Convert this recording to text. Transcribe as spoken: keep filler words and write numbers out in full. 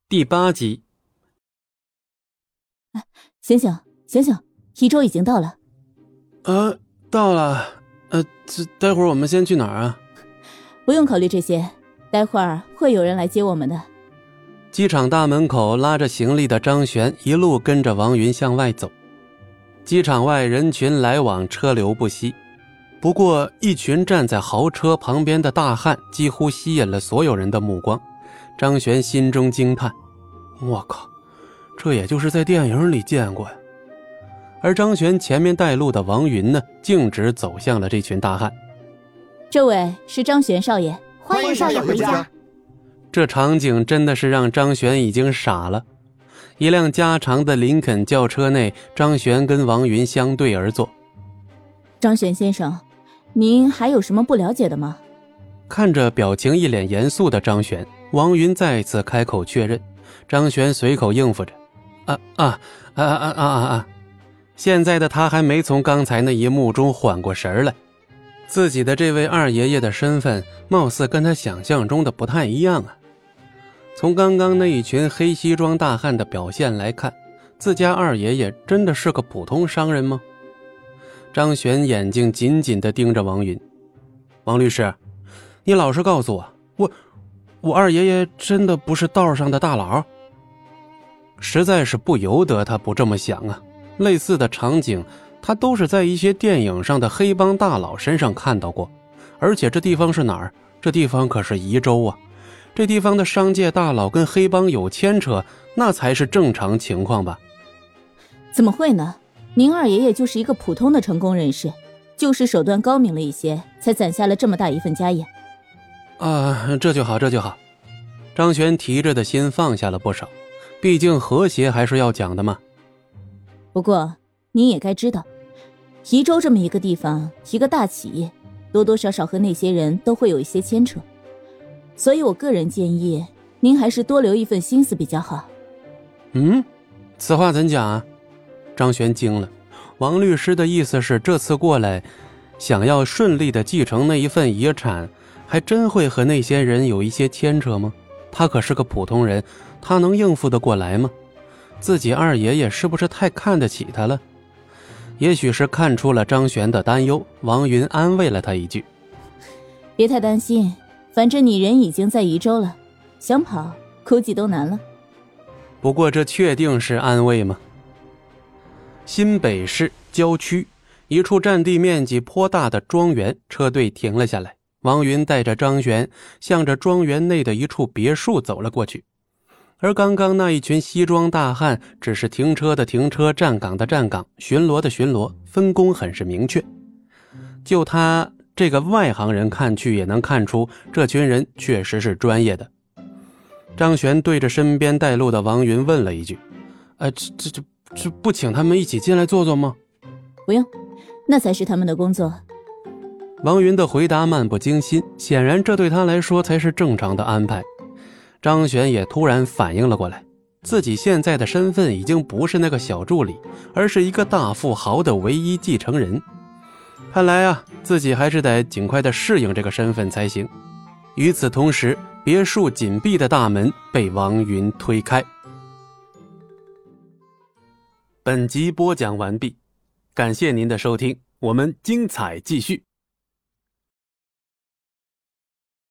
第八集。 醒醒醒醒，一周已经到了。 呃，到了。呃，这待会儿我们先去哪儿啊？ 不用考虑这些，待会儿会有人来接我们的。 机场大门口拉着行李的张璇一路跟着王云向外走。机场外人群来往，车流不息。不过一群站在豪车旁边的大汉几乎吸引了所有人的目光。张璇心中惊叹，我靠，这也就是在电影里见过呀。而张璇前面带路的王云呢，径直走向了这群大汉。 这位是张璇少爷， 欢迎少爷回家。 这场景真的是让张璇已经傻了。一辆加长的林肯轿车内，张璇跟王云相对而坐。 张璇先生，您还有什么不了解的吗？ 看着表情一脸严肃的张璇，王云再次开口确认。张璇随口应付着，啊啊啊啊啊啊啊！现在的他还没从刚才那一幕中缓过神来，自己的这位二爷爷的身份貌似跟他想象中的不太一样啊。从刚刚那一群黑西装大汉的表现来看，自家二爷爷真的是个普通商人吗？张璇眼睛紧紧地盯着王云。王律师，你老实告诉我，我我二爷爷真的不是道上的大佬？实在是不由得他不这么想啊。类似的场景他都是在一些电影上的黑帮大佬身上看到过，而且这地方是哪儿？这地方可是宜州啊。这地方的商界大佬跟黑帮有牵扯，那才是正常情况吧？ 怎么会呢？您二爷爷就是一个普通的成功人士，就是手段高明了一些，才攒下了这么大一份家业。 啊，这就好，这就好。张璇提着的心放下了不少，毕竟和谐还是要讲的嘛。 不过您也该知道，宜州这么一个地方，一个大企业，多多少少和那些人都会有一些牵扯，所以我个人建议您还是多留一份心思比较好。 嗯，此话怎讲啊？张璇惊了。王律师的意思是这次过来想要顺利的继承那一份遗产，还真会和那些人有一些牵扯吗？他可是个普通人，他能应付得过来吗？自己二爷爷是不是太看得起他了？也许是看出了张璇的担忧，王云安慰了他一句， 别太担心，反正你人已经在宜州了，想跑估计都难了。 不过这确定是安慰吗？新北市郊区一处占地面积颇大的庄园，车队停了下来。王云带着张璇向着庄园内的一处别墅走了过去，而刚刚那一群西装大汉只是停车的停车，站岗的站岗，巡逻的巡逻，分工很是明确。就他这个外行人看去也能看出，这群人确实是专业的。张璇对着身边带路的王云问了一句，呃，这这这这不请他们一起进来坐坐吗？ 不用，那才是他们的工作。 王云的回答漫不经心，显然这对他来说才是正常的安排。张璇也突然反应了过来，自己现在的身份已经不是那个小助理，而是一个大富豪的唯一继承人。看来啊，自己还是得尽快的适应这个身份才行。与此同时，别墅紧闭的大门被王云推开。本集播讲完毕，感谢您的收听，我们精彩继续。